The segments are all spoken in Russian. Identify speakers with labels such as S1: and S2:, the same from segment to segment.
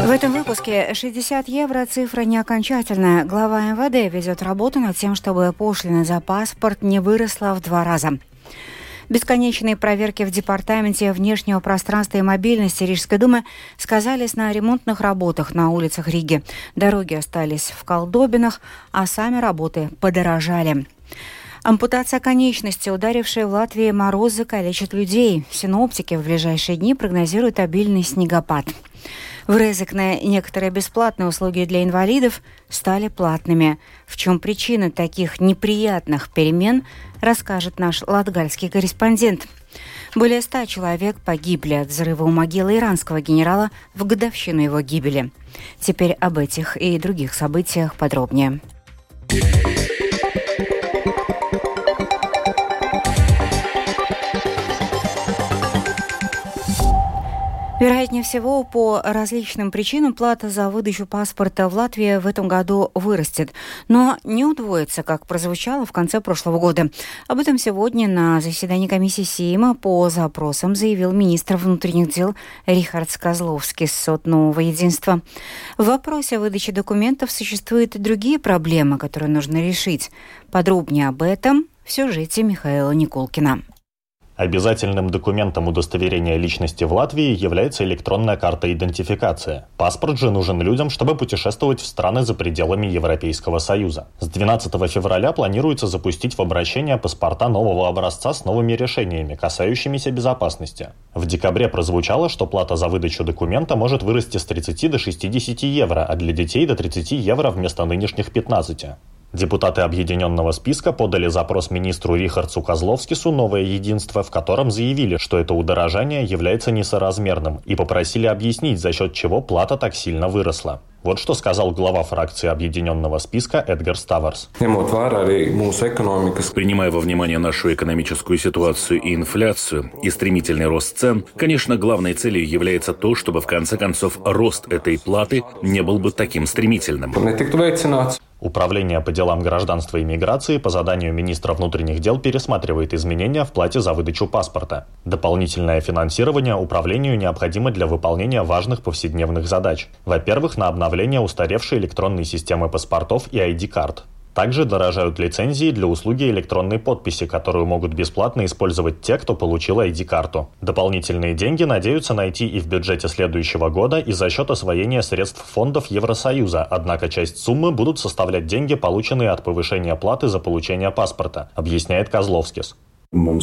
S1: В этом выпуске 60 евро – цифра не окончательная. Глава МВД ведет работу над тем, чтобы пошлина за паспорт не выросла в 2 раза. Бесконечные проверки в Департаменте внешнего пространства и мобильности Рижской думы сказались на ремонтных работах на улицах Риги. Дороги остались в колдобинах, а сами работы подорожали. Ампутация конечности, ударившие в Латвии морозы, калечат людей. Синоптики в ближайшие дни прогнозируют обильный снегопад. В Резекне некоторые бесплатные услуги для инвалидов стали платными. В чем причина таких неприятных перемен, расскажет наш латгальский корреспондент. Более 100 человек погибли от взрыва у могилы иранского генерала в годовщину его гибели. Теперь об этих и других событиях подробнее. Вероятнее всего, по различным причинам плата за выдачу паспорта в Латвии в этом году вырастет, но не удвоится, как прозвучало в конце прошлого года. Об этом сегодня на заседании комиссии Сейма по запросам заявил министр внутренних дел Рихардс Козловскис от Нового единства. В вопросе выдачи документов существуют и другие проблемы, которые нужно решить. Подробнее об этом в сюжете Михаила Никулкина.
S2: Обязательным документом удостоверения личности в Латвии является электронная карта идентификации. Паспорт же нужен людям, чтобы путешествовать в страны за пределами Европейского Союза. С 12 февраля планируется запустить в обращение паспорта нового образца с новыми решениями, касающимися безопасности. В декабре прозвучало, что плата за выдачу документа может вырасти с 30 до 60 евро, а для детей до 30 евро вместо нынешних 15. Депутаты объединенного списка подали запрос министру Рихардсу Козловскису «Новое единство», в котором заявили, что это удорожание является несоразмерным, и попросили объяснить, за счет чего плата так сильно выросла. Вот что сказал глава фракции объединенного списка Эдгар Ставарс.
S3: Принимая во внимание нашу экономическую ситуацию и инфляцию, и стремительный рост цен, конечно, главной целью является то, чтобы в конце концов рост этой платы не был бы таким стремительным.
S2: Управление по делам гражданства и миграции по заданию министра внутренних дел пересматривает изменения в плате за выдачу паспорта. Дополнительное финансирование управлению необходимо для выполнения важных повседневных задач. Во-первых, на обновление устаревшей электронной системы паспортов и ID-карт. Также дорожают лицензии для услуги электронной подписи, которую могут бесплатно использовать те, кто получил ID-карту. Дополнительные деньги надеются найти и в бюджете следующего года и за счет освоения средств фондов Евросоюза, однако часть суммы будут составлять деньги, полученные от повышения платы за получение паспорта, объясняет Козловскис.
S3: Мы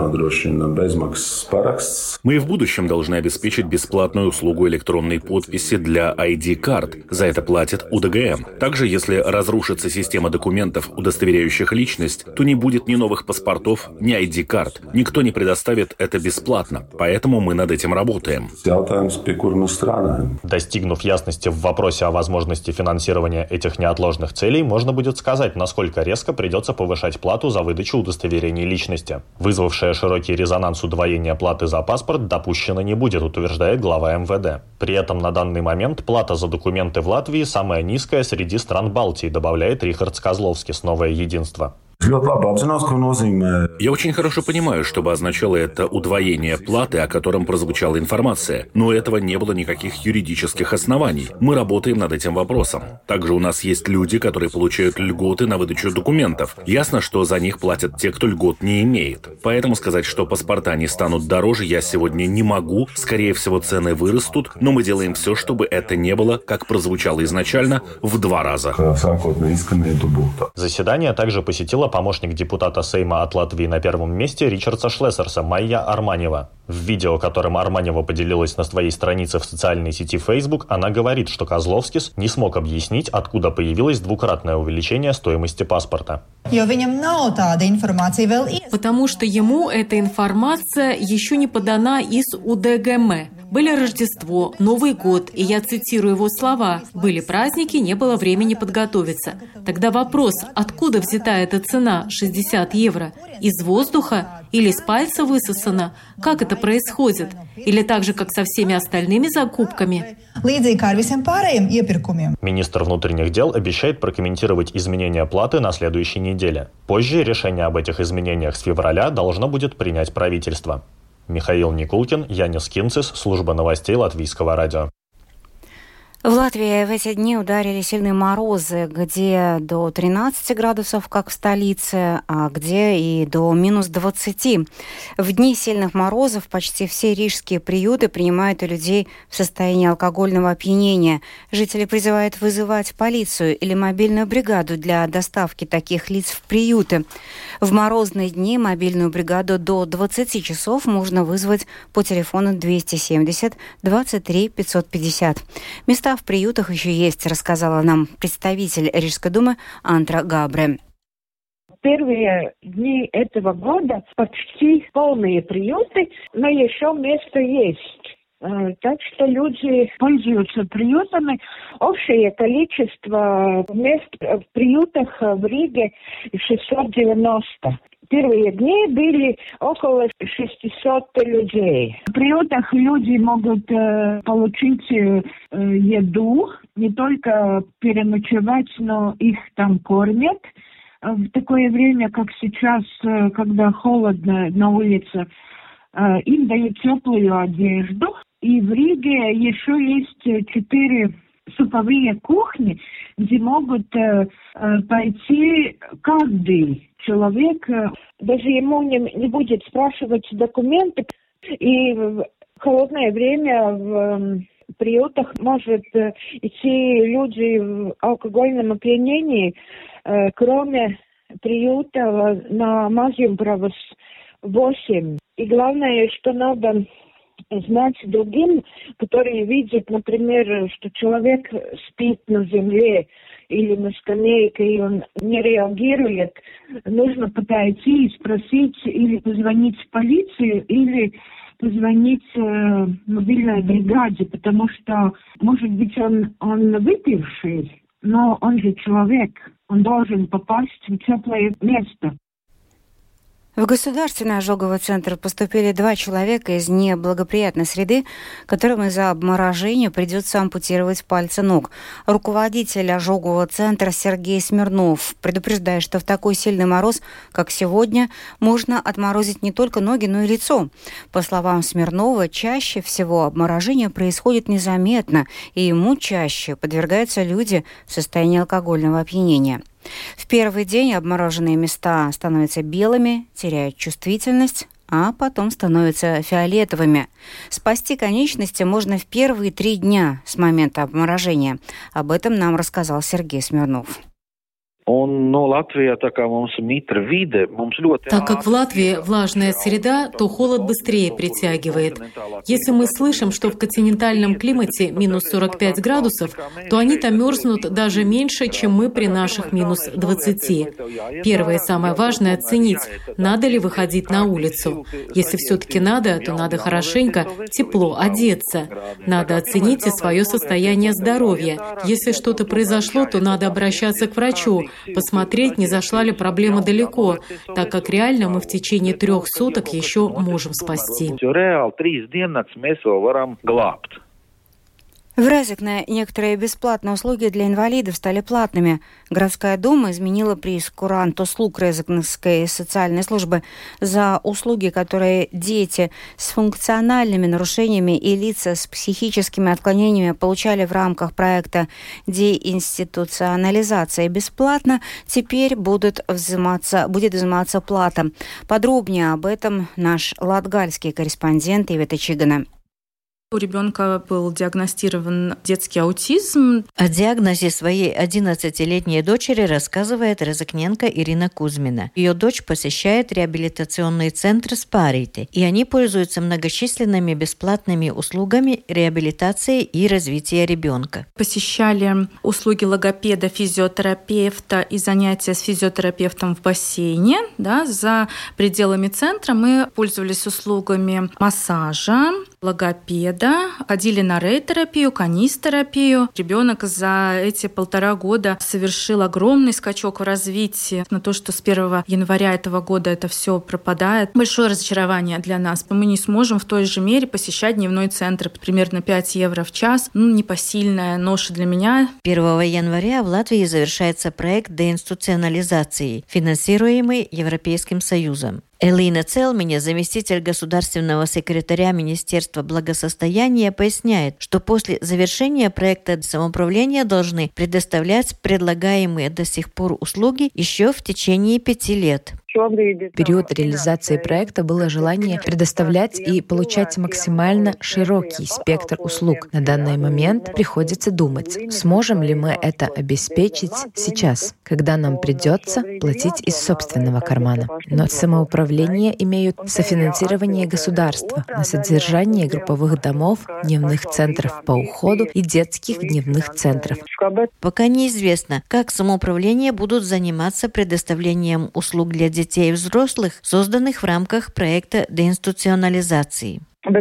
S3: и в будущем должны обеспечить бесплатную услугу электронной подписи для ID-карт. За это платит УДГМ. Также, если разрушится система документов, удостоверяющих личность, то не будет ни новых паспортов, ни ID-карт. Никто не предоставит это бесплатно. Поэтому мы над этим работаем.
S2: Достигнув ясности в вопросе о возможности финансирования этих неотложных целей, можно будет сказать, насколько резко придется повышать плату за выдачу удостоверений личности. Вызвавшее широкий резонанс удвоение платы за паспорт допущено не будет, утверждает глава МВД. При этом на данный момент плата за документы в Латвии самая низкая среди стран Балтии, добавляет Рихардс Козловскис, Новое единство.
S3: Я очень хорошо понимаю, что бы означало это удвоение платы, о котором прозвучала информация, но этого не было никаких юридических оснований. Мы работаем над этим вопросом. Также у нас есть люди, которые получают льготы на выдачу документов. Ясно, что за них платят те, кто льгот не имеет. Поэтому сказать, что паспорта не станут дороже, я сегодня не могу. Скорее всего, цены вырастут, но мы делаем все, чтобы это не было, как прозвучало изначально, в 2 раза.
S2: Заседание также посетила помощник депутата Сейма от Латвии на первом месте Ричардса Шлессерса Майя Арманева. В видео, которым Арманева поделилась на своей странице в социальной сети Facebook, она говорит, что Козловскис не смог объяснить, откуда появилось двукратное увеличение стоимости паспорта.
S4: Потому что ему эта информация еще не подана из УДГМ. Были Рождество, Новый год, и я цитирую его слова: «Были праздники, не было времени подготовиться». Тогда вопрос, откуда взята эта цена 60 евро? Из воздуха или с пальца высосана? Как это происходит? Или так же, как со всеми остальными закупками?
S2: Министр внутренних дел обещает прокомментировать изменения платы на следующей неделе. Позже решение об этих изменениях с февраля должно будет принять правительство. Михаил Никулкин, Янис Кинцис, служба новостей Латвийского радио.
S1: В Латвии в эти дни ударили сильные морозы, где до 13 градусов, как в столице, а где и до минус 20. В дни сильных морозов почти все рижские приюты принимают людей в состоянии алкогольного опьянения. Жители призывают вызывать полицию или мобильную бригаду для доставки таких лиц в приюты. В морозные дни мобильную бригаду до 20 часов можно вызвать по телефону 270 23 550. Места в приютах еще есть, рассказала нам представитель Рижской думы Антра Габре.
S5: Первые дни этого года почти полные приюты, но еще место есть. Так что люди пользуются приютами. Общее количество мест в приютах в Риге 690. Первые дни были около 600 людей. В приютах люди могут получить еду, не только переночевать, но их там кормят. В такое время, как сейчас, когда холодно на улице, им дают теплую одежду. И в Риге еще есть 4 суповые кухни, где могут пойти каждый человек. Даже ему не будет спрашивать документы. И в холодное время в приютах может идти люди в алкогольном опьянении, кроме приюта на Мазимбравас 8. И главное, что надо знать другим, которые видят, например, что человек спит на земле или на скамейке, и он не реагирует, нужно подойти и спросить или позвонить в полицию, или позвонить мобильной бригаде, потому что, может быть, он выпивший, но он же человек, он должен попасть в теплое место.
S1: В Государственный ожоговый центр поступили 2 человека из неблагоприятной среды, которым из-за обморожения придется ампутировать пальцы ног. Руководитель ожогового центра Сергей Смирнов предупреждает, что в такой сильный мороз, как сегодня, можно отморозить не только ноги, но и лицо. По словам Смирнова, чаще всего обморожение происходит незаметно, и ему чаще подвергаются люди в состоянии алкогольного опьянения. В первый день обмороженные места становятся белыми, теряют чувствительность, а потом становятся фиолетовыми. Спасти конечности можно в первые 3 дня с момента обморожения. Об этом нам рассказал Сергей Смирнов.
S4: Так как в Латвии влажная среда, то холод быстрее притягивает. Если мы слышим, что в континентальном климате минус 45 градусов, то они там мерзнут даже меньше, чем мы при наших минус 20. Первое и самое важное – оценить, надо ли выходить на улицу. Если все-таки надо, то надо хорошенько, тепло одеться. Надо оценить и свое состояние здоровья. Если что-то произошло, то надо обращаться к врачу, посмотреть, не зашла ли проблема далеко, так как реально мы в течение 3 суток еще можем спасти.
S1: В Резекне некоторые бесплатные услуги для инвалидов стали платными. Городская дума изменила приз курант-услуг Резекнской социальной службы за услуги, которые дети с функциональными нарушениями и лица с психическими отклонениями получали в рамках проекта деинституционализации бесплатно. Теперь будет взиматься плата. Подробнее об этом наш латгальский корреспондент Ивета Чигана.
S6: У ребенка был диагностирован детский аутизм.
S7: О диагнозе своей 11-летней дочери рассказывает Резекненко Ирина Кузьмина. Ее дочь посещает реабилитационный центр «Спарите», и они пользуются многочисленными бесплатными услугами реабилитации и развития ребенка.
S6: Посещали услуги логопеда, физиотерапевта и занятия с физиотерапевтом в бассейне. За пределами центра мы пользовались услугами массажа, логопеда, ходили на рей-терапию, канистерапию. Ребенок за эти 1,5 года совершил огромный скачок в развитии. На то, что с 1 января этого года это все пропадает. Большое разочарование для нас. Мы не сможем в той же мере посещать дневной центр. Примерно 5 евро в час. Непосильная ноша для меня.
S7: 1 января в Латвии завершается проект деинституционализации, финансируемый Европейским Союзом. Элина Целменя, заместитель государственного секретаря Министерства благосостояния, поясняет, что после завершения проекта самоуправления должны предоставлять предлагаемые до сих пор услуги еще в течение 5 лет.
S8: В период реализации проекта было желание предоставлять и получать максимально широкий спектр услуг. На данный момент приходится думать, сможем ли мы это обеспечить сейчас, когда нам придется платить из собственного кармана. Но самоуправления имеют софинансирование государства на содержание групповых домов, дневных центров по уходу и детских дневных центров.
S7: Пока неизвестно, как самоуправления будут заниматься предоставлением услуг для детей и взрослых, созданных в рамках проекта деинституционализации.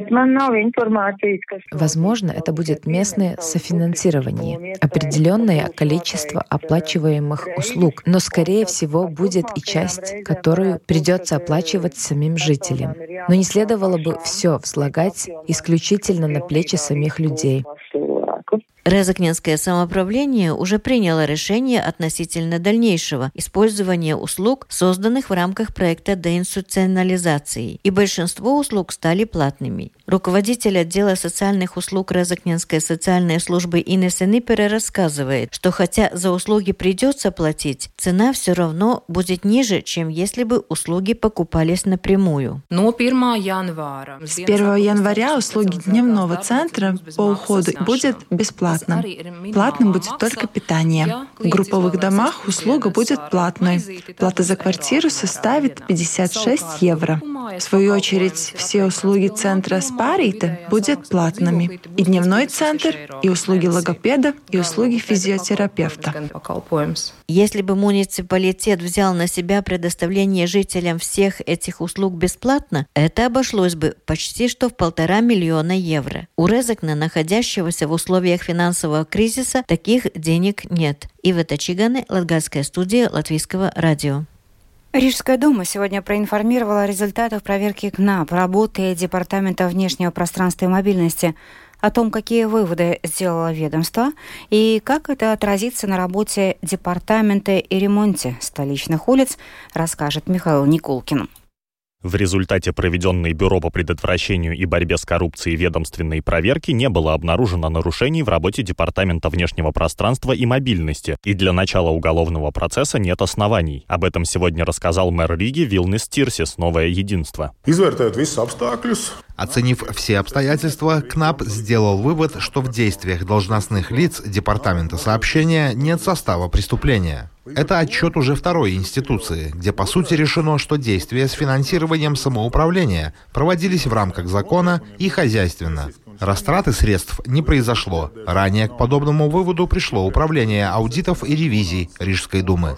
S8: Возможно, это будет местное софинансирование, определенное количество оплачиваемых услуг, но, скорее всего, будет и часть, которую придется оплачивать самим жителям. Но не следовало бы все возлагать исключительно на плечи самих людей.
S7: Резакненское самоуправление уже приняло решение относительно дальнейшего использования услуг, созданных в рамках проекта деинституционализации, и большинство услуг стали платными. Руководитель отдела социальных услуг Резакненской социальной службы Инесса Нипере рассказывает, что хотя за услуги придется платить, цена все равно будет ниже, чем если бы услуги покупались напрямую.
S9: С 1 января услуги дневного центра по уходу будет бесплатно. Платным будет только питание. В групповых домах услуга будет платной. Плата за квартиру составит 56 евро. В свою очередь, все услуги центра Спарīte будут платными. И дневной центр, и услуги логопеда, и услуги физиотерапевта.
S7: Если бы муниципалитет взял на себя предоставление жителям всех этих услуг бесплатно, это обошлось бы почти что в 1,5 миллиона евро. У Резакна, находящегося в условиях финансового кризиса, таких денег нет. Ивета Чигане, Латгальская студия Латвийского радио.
S1: Рижская дума сегодня проинформировала о результатах проверки КНАП, работы Департамента внешнего пространства и мобильности, о том, какие выводы сделало ведомство и как это отразится на работе департамента и ремонте столичных улиц, расскажет Михаил Никулкин.
S2: В результате проведенной Бюро по предотвращению и борьбе с коррупцией ведомственной проверки не было обнаружено нарушений в работе Департамента внешнего пространства и мобильности, и для начала уголовного процесса нет оснований. Об этом сегодня рассказал мэр Риги Вилнис Тирсис, «Новое единство».
S10: Оценив все обстоятельства, КНАП сделал вывод, что в действиях должностных лиц Департамента сообщения нет состава преступления. Это отчет уже второй институции, где по сути решено, что действия с финансированием самоуправления проводились в рамках закона и хозяйственно. Растраты средств не произошло. Ранее к подобному выводу пришло Управление аудитов и ревизий Рижской думы.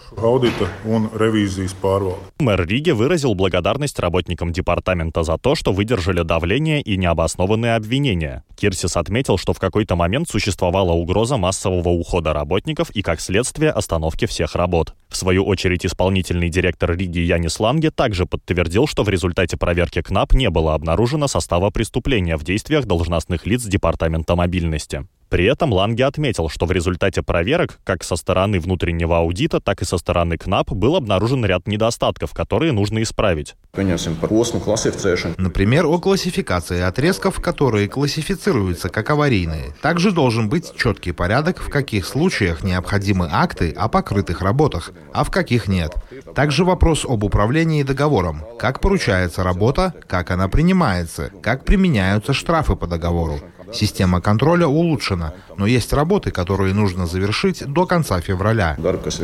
S2: Мэр Риги выразил благодарность работникам департамента за то, что выдержали давление и необоснованные обвинения. Кирсис отметил, что в какой-то момент существовала угроза массового ухода работников и, как следствие, остановки всех работ. В свою очередь, исполнительный директор Риги Янис Ланге также подтвердил, что в результате проверки КНАП не было обнаружено состава преступления в действиях должностных лиц Департамента мобильности. При этом Ланге отметил, что в результате проверок, как со стороны внутреннего аудита, так и со стороны КНАП, был обнаружен ряд недостатков, которые нужно исправить.
S10: Например, о классификации отрезков, которые классифицируются как аварийные. Также должен быть четкий порядок, в каких случаях необходимы акты о покрытых работах, а в каких нет. Также вопрос об управлении договором. Как поручается работа, как она принимается, как применяются штрафы по договору. Система контроля улучшена, но есть работы, которые нужно завершить до конца февраля.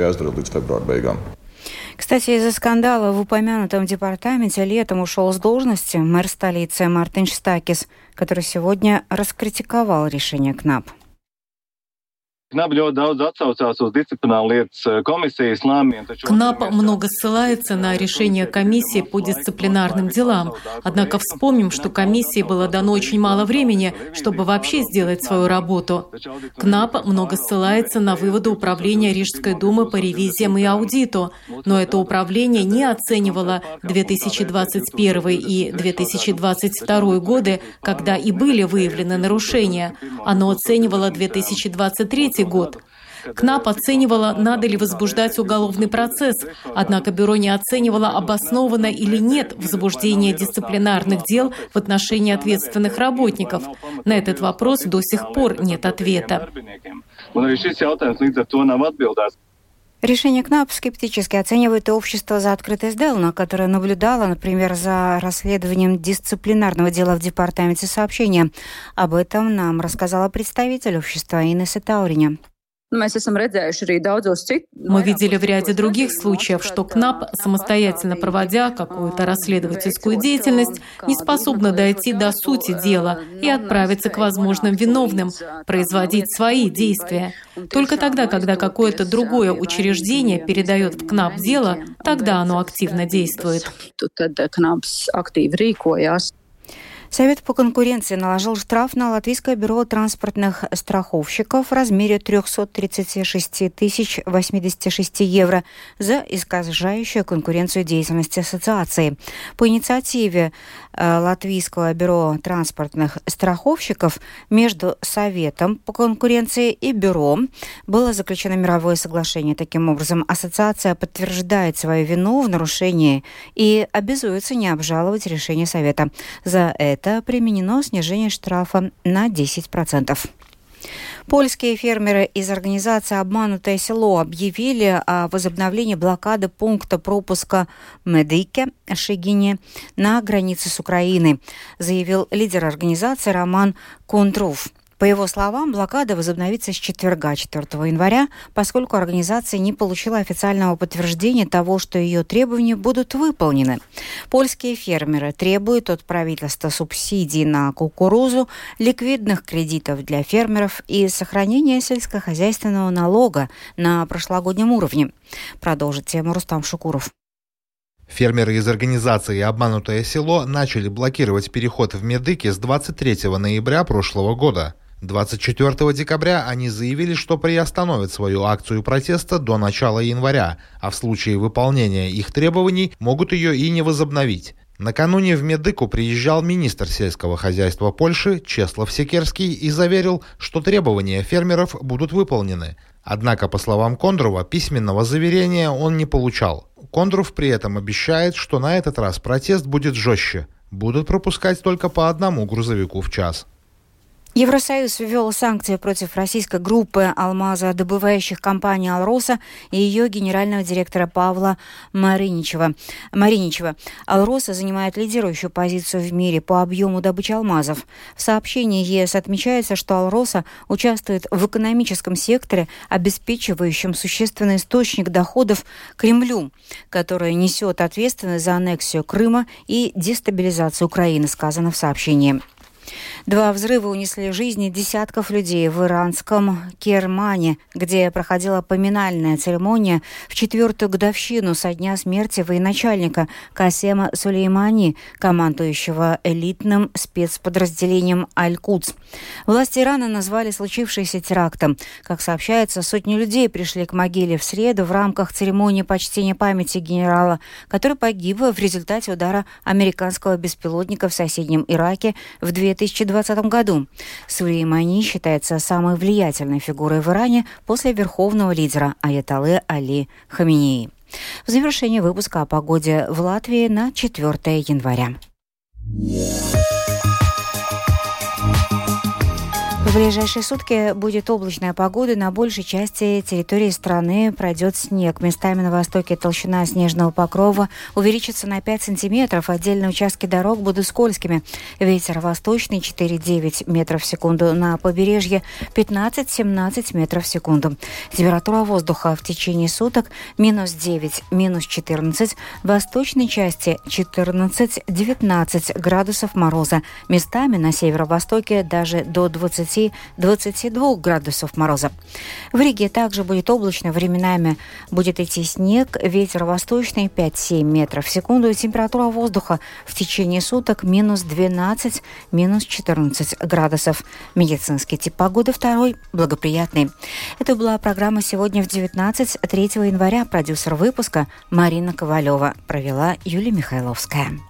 S1: Кстати, из-за скандала в упомянутом департаменте летом ушел с должности мэр столицы Мартинš Stakis, который сегодня раскритиковал решение КНАП.
S11: КНАП
S4: много ссылается на решение комиссии по дисциплинарным делам. Однако вспомним, что комиссии было дано очень мало времени, чтобы вообще сделать свою работу. КНАП много ссылается на выводы управления Рижской думы по ревизиям и аудиту, но это управление не оценивало 2021 и 2022 годы, когда и были выявлены нарушения. Оно оценивало 2023 год. КНАП оценивала, надо ли возбуждать уголовный процесс, однако бюро не оценивало, обоснованно или нет возбуждение дисциплинарных дел в отношении ответственных работников. На этот вопрос до сих пор нет ответа.
S1: Решение КНАП скептически оценивает и общество «За открытость Делна», которое наблюдало, например, за расследованием дисциплинарного дела в департаменте сообщения. Об этом нам рассказала представитель общества Инесса Тауриня.
S4: Мы видели в ряде других случаев, что КНАП, самостоятельно проводя какую-то расследовательскую деятельность, не способна дойти до сути дела и отправиться к возможным виновным, производить свои действия. Только тогда, когда какое-то другое учреждение передает в КНАП дело, тогда оно активно действует.
S1: Совет по конкуренции наложил штраф на Латвийское бюро транспортных страховщиков в размере 336 086 евро за искажающую конкуренцию деятельности ассоциации. По инициативе Латвийского бюро транспортных страховщиков между Советом по конкуренции и бюро было заключено мировое соглашение. Таким образом, ассоциация подтверждает свою вину в нарушении и обязуется не обжаловать решение Совета. За это применено снижение штрафа на 10%. Польские фермеры из организации «Обманутое село» объявили о возобновлении блокады пункта пропуска Медике Шегине на границе с Украиной, заявил лидер организации Роман Кондрув. По его словам, блокада возобновится с четверга, 4 января, поскольку организация не получила официального подтверждения того, что ее требования будут выполнены. Польские фермеры требуют от правительства субсидий на кукурузу, ликвидных кредитов для фермеров и сохранения сельскохозяйственного налога на прошлогоднем уровне. Продолжит тему Рустам Шукуров.
S10: Фермеры из организации «Обманутое село» начали блокировать переход в Медыки с 23 ноября прошлого года. 24 декабря они заявили, что приостановят свою акцию протеста до начала января, а в случае выполнения их требований могут ее и не возобновить. Накануне в Медыку приезжал министр сельского хозяйства Польши Чеслав Секерский и заверил, что требования фермеров будут выполнены. Однако, по словам Кондрова, письменного заверения он не получал. Кондров при этом обещает, что на этот раз протест будет жестче. Будут пропускать только по одному грузовику в час.
S1: Евросоюз ввел санкции против российской группы алмазодобывающих компаний «Алроса» и ее генерального директора Павла Мариничева. «Алроса» занимает лидирующую позицию в мире по объему добычи алмазов. В сообщении ЕС отмечается, что «Алроса» участвует в экономическом секторе, обеспечивающем существенный источник доходов Кремлю, который несет ответственность за аннексию Крыма и дестабилизацию Украины, сказано в сообщении. 2 взрыва унесли жизни десятков людей в иранском Кермане, где проходила поминальная церемония в 4-ю годовщину со дня смерти военачальника Касема Сулеймани, командующего элитным спецподразделением Аль-Кудс. Власти Ирана назвали случившееся терактом. Как сообщается, сотни людей пришли к могиле в среду в рамках церемонии почтения памяти генерала, который погиб в результате удара американского беспилотника в соседнем Ираке в 2020 году. Сулеймани считается самой влиятельной фигурой в Иране после верховного лидера аятоллы Али Хаминеи. В завершении выпуска о погоде в Латвии на 4 января. В ближайшие сутки будет облачная погода. На большей части территории страны пройдет снег. Местами на востоке толщина снежного покрова увеличится на 5 сантиметров. Отдельные участки дорог будут скользкими. Ветер восточный 4-9 метров в секунду. На побережье 15-17 метров в секунду. Температура воздуха в течение суток -9, -14. В восточной части 14-19 градусов мороза. Местами на северо-востоке даже до 20-22 градусов мороза. В Риге также будет облачно, временами будет идти снег, ветер восточный 5-7 метров в секунду, и температура воздуха в течение суток -12, -14 градусов. Медицинский тип погоды 2 благоприятный. Это была программа «Сегодня в 19», 3 января. Продюсер выпуска Марина Ковалева. Провела Юлия Михайловская.